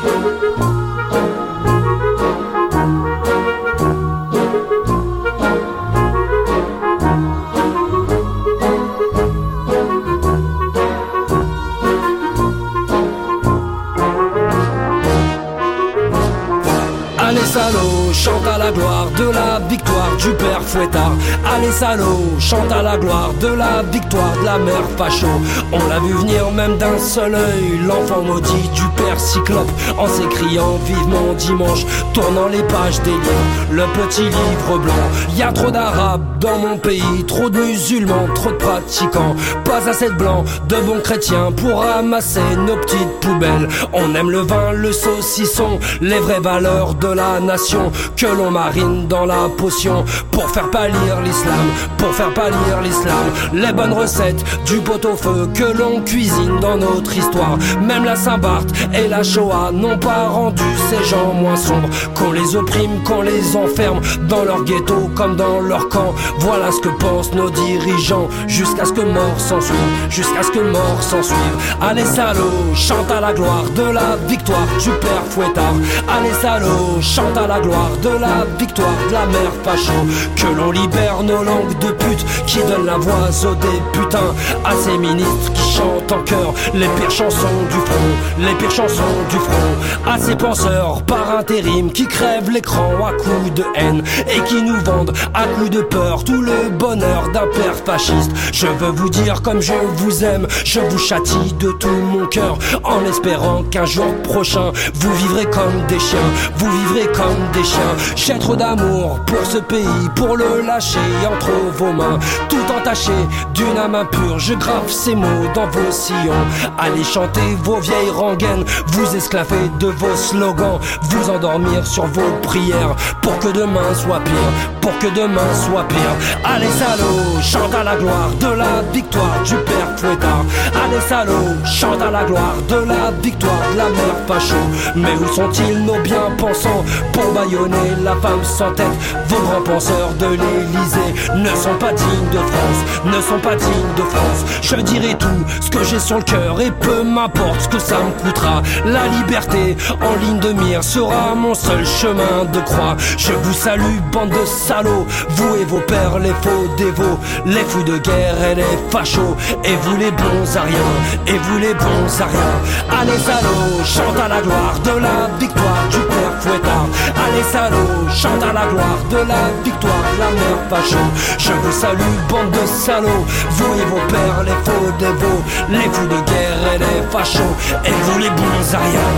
[SPEAKER 8] Allez salauds, chante à la gloire de la victoire du père Fouettard. Allez salauds, chante à la gloire de la victoire de la mère Facho. On l'a vu venir même d'un seul œil, l'enfant maudit du père Cyclope, en s'écriant vivement dimanche, tournant les pages des livres, le petit livre blanc. Y a trop d'arabes dans mon pays, trop de musulmans, trop de pratiquants, pas assez de blancs, de bons chrétiens pour ramasser nos petites poubelles. On aime le vin, le saucisson, les vraies valeurs de la nation que l'on marine dans la potion pour faire faire pâlir l'islam, pour faire pâlir l'islam. Les bonnes recettes du pot-au-feu que l'on cuisine dans notre histoire. Même la Saint-Barth et la Shoah n'ont pas rendu ces gens moins sombres. Qu'on les opprime, qu'on les enferme dans leur ghetto comme dans leur camp. Voilà ce que pensent nos dirigeants, jusqu'à ce que mort s'en suive, jusqu'à ce que mort s'en suive. Allez salauds, chante à la gloire de la victoire du père Fouettard. Allez salauds, chante à la gloire de la victoire de la mère facho. Que l'on libère nos langues de pute qui donnent la voix aux députins, à ces ministres qui chantent en chœur les pires chansons du front, les pires chansons du front, à ces penseurs par intérim qui crèvent l'écran à coups de haine et qui nous vendent à coups de peur tout le bonheur d'un père fasciste. Je veux vous dire comme je vous aime, je vous châtie de tout mon cœur, en espérant qu'un jour prochain vous vivrez comme des chiens, vous vivrez comme des chiens. J'ai trop d'amour pour ce pays, pour le lâcher entre vos mains, tout entaché d'une âme impure. Je grave ces mots dans vos sillons. Allez chanter vos vieilles rengaines, vous esclaver de vos slogans, vous endormir sur vos prières, pour que demain soit pire, pour que demain soit pire. Allez salauds, chante à la gloire de la victoire du père Fouettard. Allez salauds, chante à la gloire de la victoire de la mère facho. Mais où sont-ils nos bien-pensants pour bâillonner la femme sans tête? Vos grands penseurs de l'Élysée ne sont pas dignes de France, ne sont pas dignes de France. Je dirai tout ce que j'ai sur le cœur et peu m'importe ce que ça me coûtera. La liberté en ligne de mire sera mon seul chemin de croix. Je vous salue bande de salauds, vous et vos pères les faux dévots, les fous de guerre et les fachos, et vous les bons à rien, et vous les bons à rien. Allez salauds, chante à la gloire de la victoire du père Fouettard. Allez salauds, chante à la gloire de la victoire de la mère facho. Je vous salue bande de salauds, vous et vos pères les faux dévots, les fous de guerre et les fachos, et vous les bons à rien.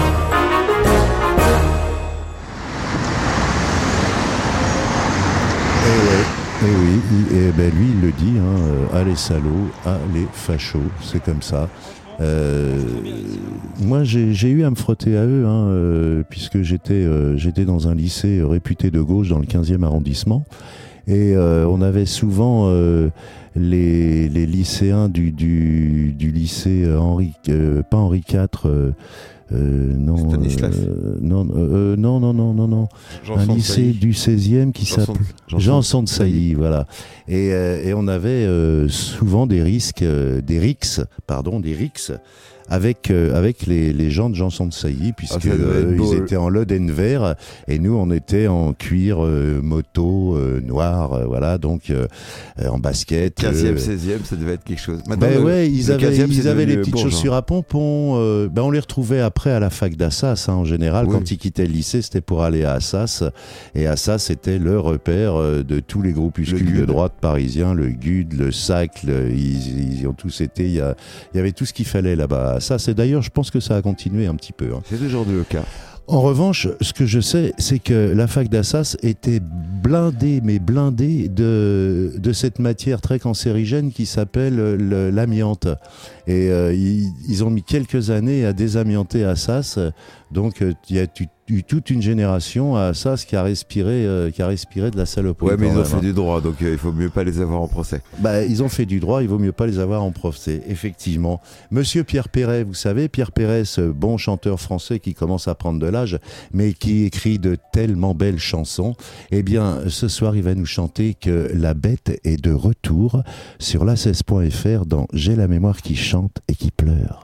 [SPEAKER 3] Eh oui, il, eh ben lui il le dit, hein, euh, allez salauds, allez fachos, c'est comme ça. Euh, moi j'ai, j'ai eu à me frotter à eux, hein, euh, puisque j'étais, euh, j'étais dans un lycée réputé de gauche dans le quinzième arrondissement, et euh, on avait souvent euh, les, les lycéens du, du, du lycée Henri, euh, pas Henri quatre, euh, Euh, non, euh, non, euh, non, non, non, non, non, un lycée du seizième qui s'appelle Jean Sand-Sailly, voilà. Et, euh, et on avait euh, souvent des risques, euh, des rixes, pardon, des rixes avec euh, avec les, les gens de Jean Sand-Sailly, puisque ah, euh, ils étaient en loden vert et nous on était en cuir euh, moto euh, noir, euh, voilà, donc euh, en basket.
[SPEAKER 1] quinzième,
[SPEAKER 3] euh,
[SPEAKER 1] seizième, ça devait être quelque chose.
[SPEAKER 3] Maintenant, ben le, ouais, ils le avaient ils avaient les petites Bourgeon. Chaussures à pompons. Euh, ben on les retrouvait après à la fac d'Assas, hein, en général. Oui. Quand ils quittaient le lycée, c'était pour aller à Assas, et Assas c'était le repère euh, de tous les groupuscules de droite parisiens, le G U D, le S A C, le, ils, ils ont tous été. Il y, a, il y avait tout ce qu'il fallait là-bas. Ça, c'est d'ailleurs, je pense que ça a continué un petit peu. Hein.
[SPEAKER 1] C'est toujours le cas.
[SPEAKER 3] En revanche, ce que je sais, c'est que la fac d'Assas était blindée, mais blindée de, de cette matière très cancérigène qui s'appelle le, l'amiante. Et euh, ils, ils ont mis quelques années à désamianter Assas. Donc, il y a eu toute une génération à Assas qui a respiré, euh, qui a respiré de la saloperie.
[SPEAKER 1] Ouais, mais ils
[SPEAKER 3] même,
[SPEAKER 1] ont fait
[SPEAKER 3] hein.
[SPEAKER 1] du droit, donc euh, il faut mieux pas les avoir en procès.
[SPEAKER 3] Bah, ils ont fait du droit, il vaut mieux pas les avoir en procès, effectivement. Monsieur Pierre Perret, vous savez, Pierre Perret, ce bon chanteur français qui commence à prendre de l'âge, mais qui écrit de tellement belles chansons. Eh bien, ce soir, il va nous chanter que la bête est de retour sur l'A C E S point F R dans J'ai la mémoire qui chante et qui pleure.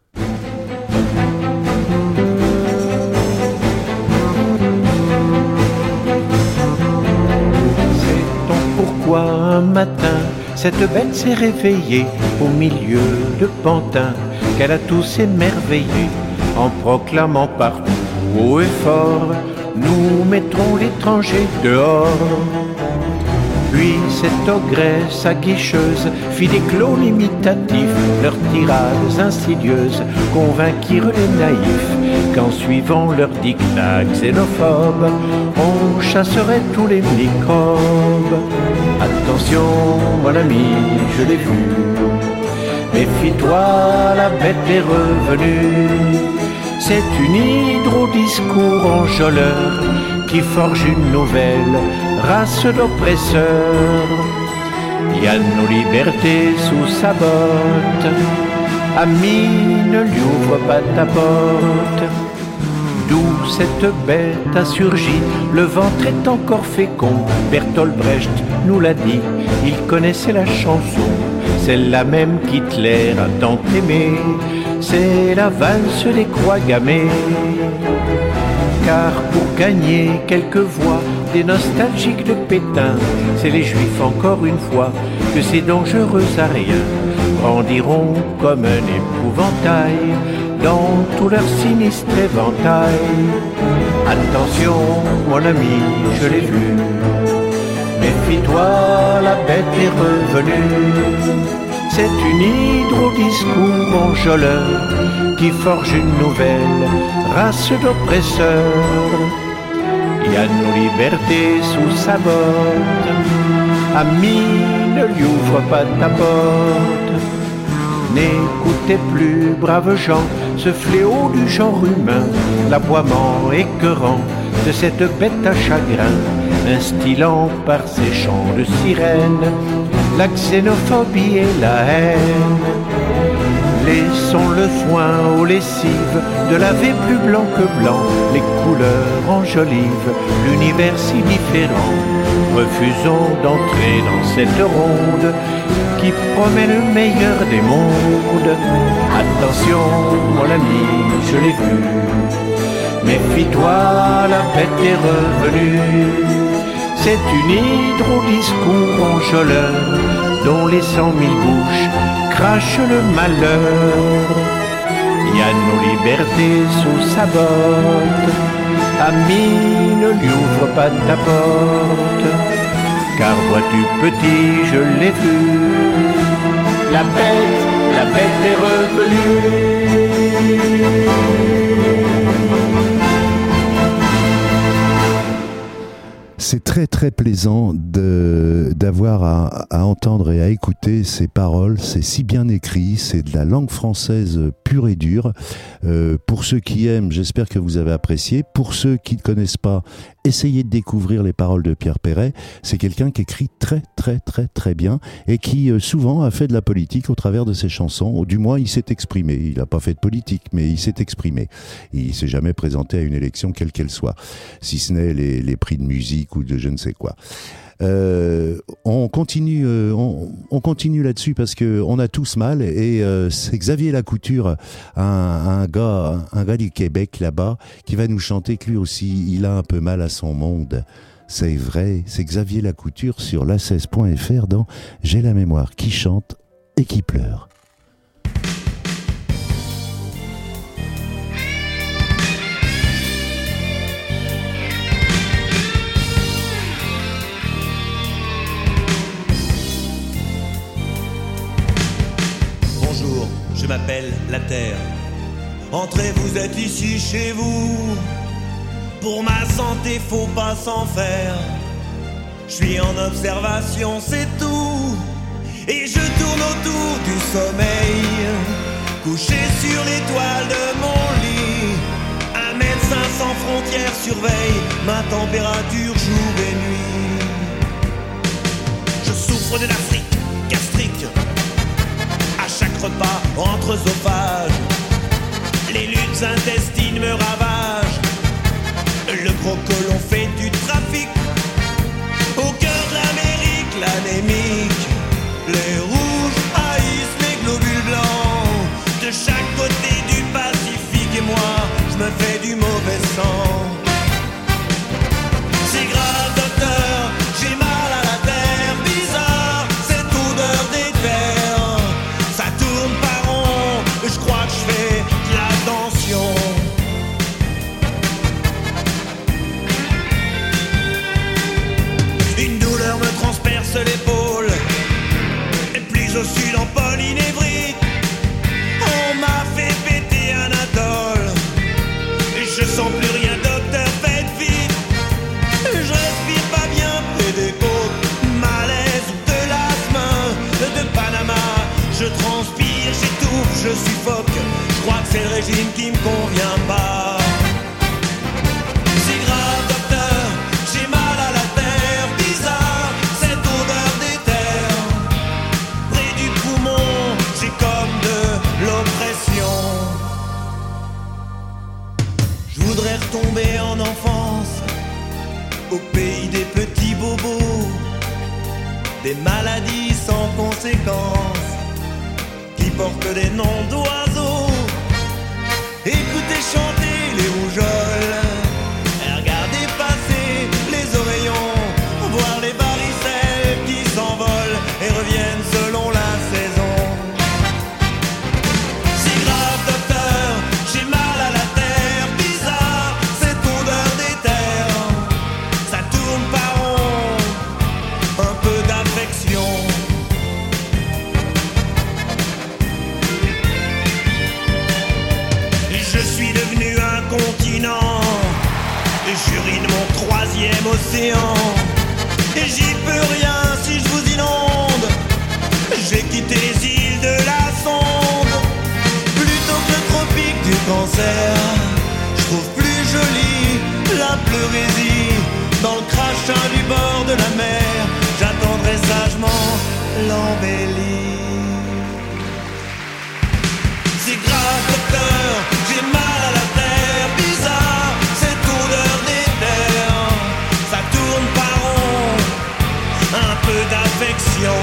[SPEAKER 9] Pourquoi un matin, cette bête s'est réveillée au milieu de pantins, qu'elle a tous émerveillés en proclamant partout haut et fort, nous mettrons l'étranger dehors. Puis cette ogresse aguicheuse fit des clones imitatifs, leurs tirades insidieuses convainquirent les naïfs qu'en suivant leurs dictats xénophobes, on chasserait tous les microbes. Attention, mon ami, je l'ai vu, méfie-toi, la bête est revenue. C'est une hydre au discours enjôleur qui forge une nouvelle race d'oppresseurs. Y a nos libertés sous sa botte, ami, ne lui ouvre pas ta porte. D'où cette bête a surgi, le ventre est encore fécond. Bertolt Brecht nous l'a dit, il connaissait la chanson, celle-là même qu'Hitler a tant aimée, c'est la valse des croix gammées. Car pour gagner quelques voix, des nostalgiques de Pétain, c'est les juifs encore une fois que ces dangereux ariens grandiront comme un épouvantail dans tout leur sinistre éventail. Attention mon ami, je l'ai vu, méfie-toi, la bête est revenue. C'est une hydre au discours enjôleur qui forge une nouvelle race d'oppresseurs. Y a nos libertés sous sa botte, ami, ne lui ouvre pas ta porte. N'écoutez plus, braves gens, ce fléau du genre humain, l'aboiement écœurant de cette bête à chagrin, instillant par ses chants de sirène la xénophobie et la haine. Laissons le foin aux lessives de laver plus blanc que blanc, les couleurs enjolivent l'univers si différent. Refusons d'entrer dans cette ronde qui promet le meilleur des mondes. Attention mon ami, je l'ai vu, méfie-toi, la bête est revenue. C'est une hydre au discours enjôleur dont les cent mille bouches crachent le malheur. Y a nos libertés sous sa botte, ami, ne lui ouvre pas ta porte. Car vois-tu petit, je l'ai vu, la bête, la bête est revenue.
[SPEAKER 3] C'est très très plaisant de, d'avoir à, à entendre et à écouter ces paroles. C'est si bien écrit, c'est de la langue française pure et dure. Euh, pour ceux qui aiment, j'espère que vous avez apprécié. Pour ceux qui ne connaissent pas, essayez de découvrir les paroles de Pierre Perret. C'est quelqu'un qui écrit très très très très bien et qui euh, souvent a fait de la politique au travers de ses chansons. Ou du moins, il s'est exprimé. Il n'a pas fait de politique, mais il s'est exprimé. Il s'est jamais présenté à une élection quelle qu'elle soit, si ce n'est les, les prix de musique ou de je ne sais quoi. Euh, on continue, euh, on, on continue là-dessus parce que on a tous mal et euh, c'est Xavier Lacouture, un, un gars, un gars du Québec là-bas, qui va nous chanter que lui aussi, il a un peu mal à son monde. C'est vrai, c'est Xavier Lacouture sur la seize point f r dans J'ai la mémoire qui chante et qui pleure.
[SPEAKER 10] Je m'appelle la Terre. Entrez, vous êtes ici chez vous. Pour ma santé, faut pas s'en faire. Je suis en observation, c'est tout. Et je tourne autour du sommeil, couché sur l'étoile de mon lit. Un médecin sans frontières surveille ma température jour et nuit. Je souffre de l'arthrite gastrique. À chaque repas, entre œsophages, les luttes intestines me ravagent. Le gros colon fait du trafic. Au cœur de l'Amérique, l'anémique. Les rouges haïssent les globules blancs. De chaque côté du Pacifique, et moi, je me fais du mauvais sang. C'est grave, docteur, j'ai mal à la terre. Bizarre, cette odeur des terres. Ça tourne pas rond, je crois que je fais de la tension. Une douleur me transperce l'épaule. Et plus au sud en polynévrite, on m'a fait péter un atoll. Et je sens plus rien, docteur, faites vite. Je respire pas bien près des côtes. Malaise de l'asthme de Panama. Je transpire, j'étouffe, je suffoque. Je crois que c'est le régime qui me convient pas. C'est grave docteur, j'ai mal à la terre. Bizarre, cette odeur d'éther. Près du poumon, j'ai comme de l'oppression. Je voudrais retomber en enfance, au pays des petits bobos, des maladies sans conséquences, qui portent des noms d'oiseaux. Écoutez chanter les rougeoles, et regardez passer les oreillons, voir les varicelles qui s'envolent et reviennent selon la saison. C'est grave docteur, j'ai mal à la terre. Bizarre, cette odeur d'éther. Ça tourne par rond, un peu d'affection. Je suis devenu un continent, j'urine mon troisième océan, et j'y peux rien si je vous inonde. J'ai quitté les îles de la sonde, plutôt que le tropique du cancer. Je trouve plus jolie la pleurésie, dans le crachin du bord de la mer. J'attendrai sagement l'embellie. C'est grave docteur, j'ai mal à la terre. Bizarre, cette odeur d'éther. Ça tourne par rond, un peu d'affection.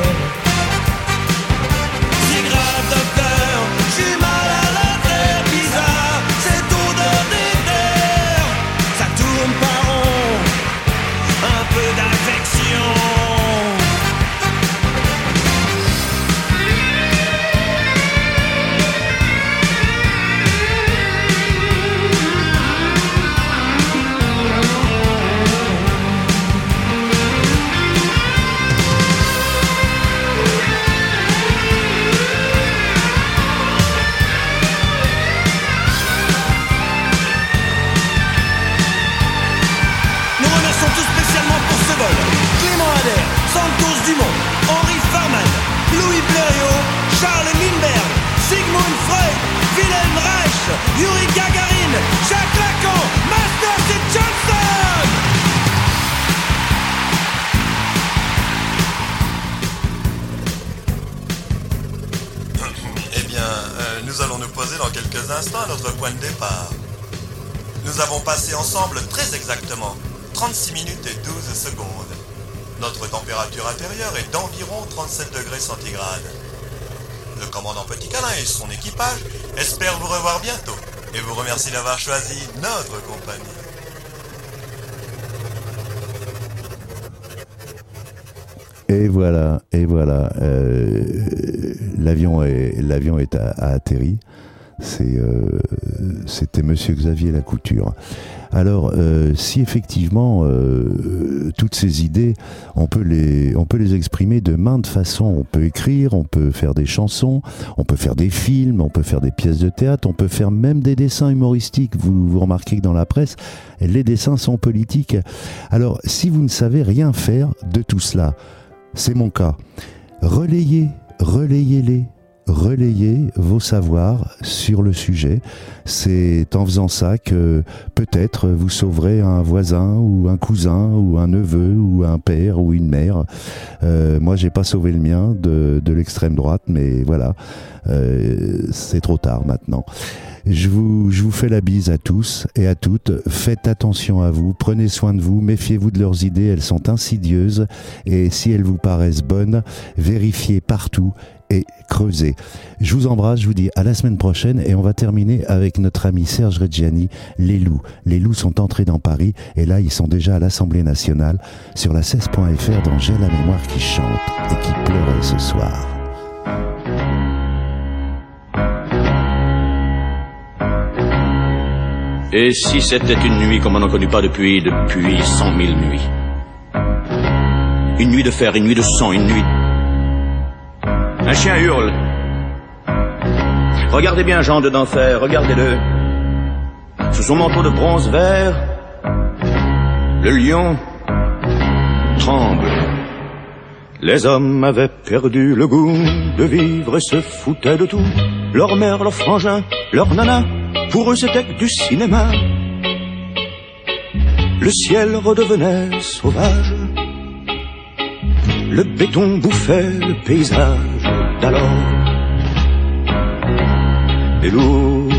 [SPEAKER 10] C'est grave docteur, j'ai mal à la terre. Bizarre, cette odeur d'éther. Ça tourne par rond, un peu d'affection. Clément Ader, Santos Dumont, Henri Farman, Louis Blériot, Charles Lindbergh, Sigmund Freud, Wilhelm Reich, Yuri Gagarin, Jacques Lacan, Masters et Johnson.
[SPEAKER 11] Eh bien, euh, nous allons nous poser dans quelques instants à notre point de départ. Nous avons passé ensemble très exactement trente-six minutes et douze secondes. Notre température intérieure est d'environ trente-sept degrés centigrades. Le commandant Petit Câlin et son équipage espèrent vous revoir bientôt et vous remercie d'avoir choisi notre compagnie.
[SPEAKER 3] Et voilà, et voilà, euh, l'avion est, l'avion est à, à atterri. C'est, euh, c'était Monsieur Xavier Lacouture. Alors, euh, si effectivement euh, toutes ces idées, on peut les, on peut les exprimer de maintes façons. On peut écrire, on peut faire des chansons, on peut faire des films, on peut faire des pièces de théâtre, on peut faire même des dessins humoristiques. Vous, vous remarquez que dans la presse, les dessins sont politiques. Alors, si vous ne savez rien faire de tout cela, c'est mon cas. Relayez, relayez-les. Relayez vos savoirs sur le sujet. C'est en faisant ça que peut-être vous sauverez un voisin ou un cousin ou un neveu ou un père ou une mère. Euh, moi, j'ai pas sauvé le mien de, de l'extrême droite, mais voilà, euh, c'est trop tard maintenant. Je vous, je vous fais la bise à tous et à toutes. Faites attention à vous, prenez soin de vous, méfiez-vous de leurs idées, elles sont insidieuses et si elles vous paraissent bonnes, vérifiez partout et creusez. Je vous embrasse, je vous dis à la semaine prochaine et on va terminer avec notre ami Serge Reggiani, Les Loups. Les Loups sont entrés dans Paris et là ils sont déjà à l'Assemblée nationale sur la seize point F R dans J'ai la mémoire qui chante et qui pleurait ce soir.
[SPEAKER 12] Et si c'était une nuit comme on n'en connaît pas depuis, depuis cent mille nuits? Une nuit de fer, une nuit de sang, une nuit... Un chien hurle. Regardez bien Jean de d'enfer, regardez-le. Sous son manteau de bronze vert, le lion tremble. Les hommes avaient perdu le goût de vivre et se foutaient de tout. Leur mère, leur frangin, leur nana, pour eux c'était que du cinéma. Le ciel redevenait sauvage, le béton bouffait le paysage d'alors. Les loups,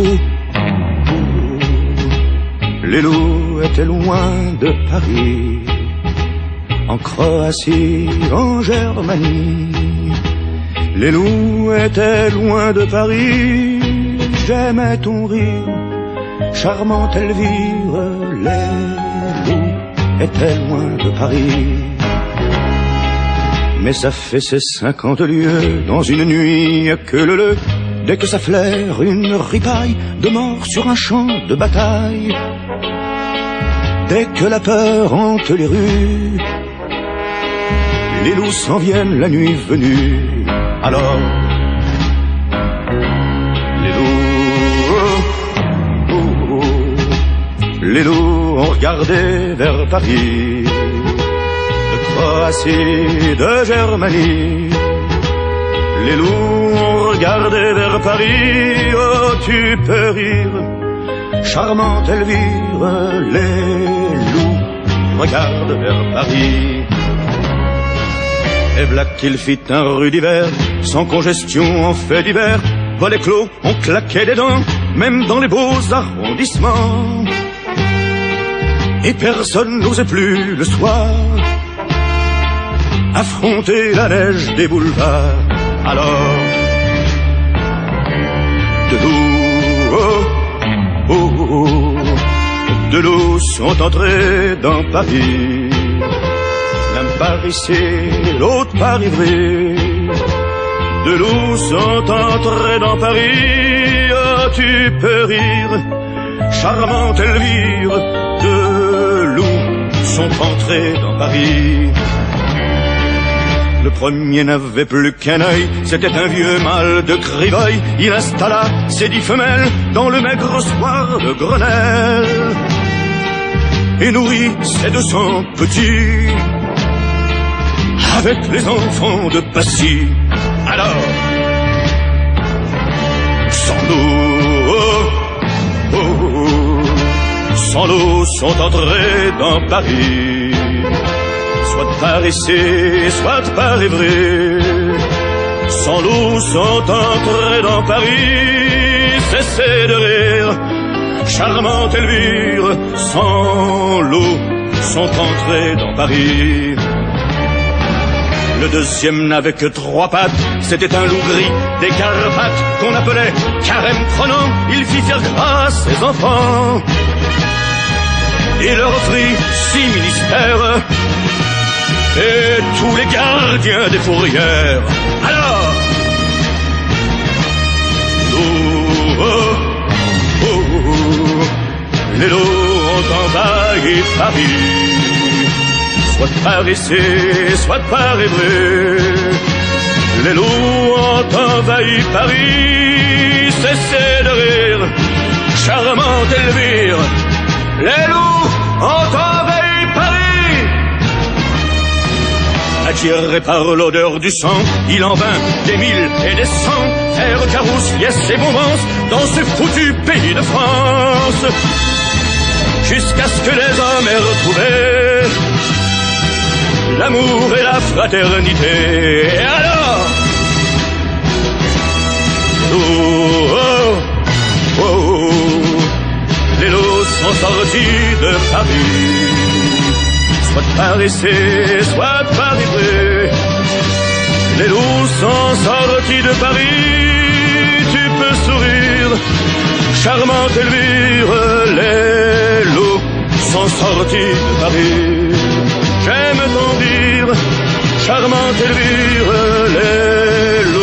[SPEAKER 12] les loups étaient loin de Paris, en Croatie, en Germanie. Les loups étaient loin de Paris, j'aimais ton rire, charmante Elvire. Les loups étaient loin de Paris. Mais ça fait ces cinquante lieues dans une nuit que le le, dès que ça flaire une ripaille de mort sur un champ de bataille. Dès que la peur hante les rues, les loups s'en viennent la nuit venue. Alors, les loups, oh, oh, oh, les loups ont regardé vers Paris, de Croatie, de Germanie. Les loups ont regardé vers Paris, oh tu peux rire, charmante Elvire. Les loups regardent vers Paris. Et v'là qu'il fit un rude hiver, sans congestion en fait d'hiver. Volets clos, on claquait des dents, même dans les beaux arrondissements. Et personne n'osait plus le soir affronter la neige des boulevards. Alors, de loups, oh, oh, oh, de loups sont entrés dans Paris. L'un par ici, l'autre par Ivry. De loups sont entrés dans Paris. Oh, tu peux rire, charmante Elvire. De loups sont entrés dans Paris. Le premier n'avait plus qu'un œil, c'était un vieux mâle de Criveuil. Il installa ses dix femelles dans le maigre soir de Grenelle et nourrit ses deux cents petits avec les enfants de Passy. Alors, sans loup, oh, oh, oh, sans loup sont entrés dans Paris. Soit par ici, soit par Ivry. Sans loup sont entrés dans Paris. Cessez de rire, charmante Elvire. Sans loup sont entrés dans Paris. Le deuxième n'avait que trois pattes, c'était un loup gris des Carpates qu'on appelait Carême prenant. Il fit faire grâce ses enfants et leur offrit six ministères et tous les gardiens des fourrières. Alors, loups, oh, oh, oh, les loups ont envahi Paris. Soit par ici, soit par Ivry. Les loups ont envahi Paris. Cessez de rire, charmante Elvire. Les loups ont envahi Paris. Attiré par l'odeur du sang, il en vint des mille et des cents faire carousse, liesse et bonbons dans ce foutu pays de France, jusqu'à ce que les hommes aient retrouvé l'amour et la fraternité. Et alors, oh, oh, oh, les loups sont sortis de Paris. Soit par ici, soit par Ivry. Les loups sont sortis de Paris. Tu peux sourire, charmante Elvire. Les loups sont sortis de Paris. J'aime ton rire, charmante Elvire. Les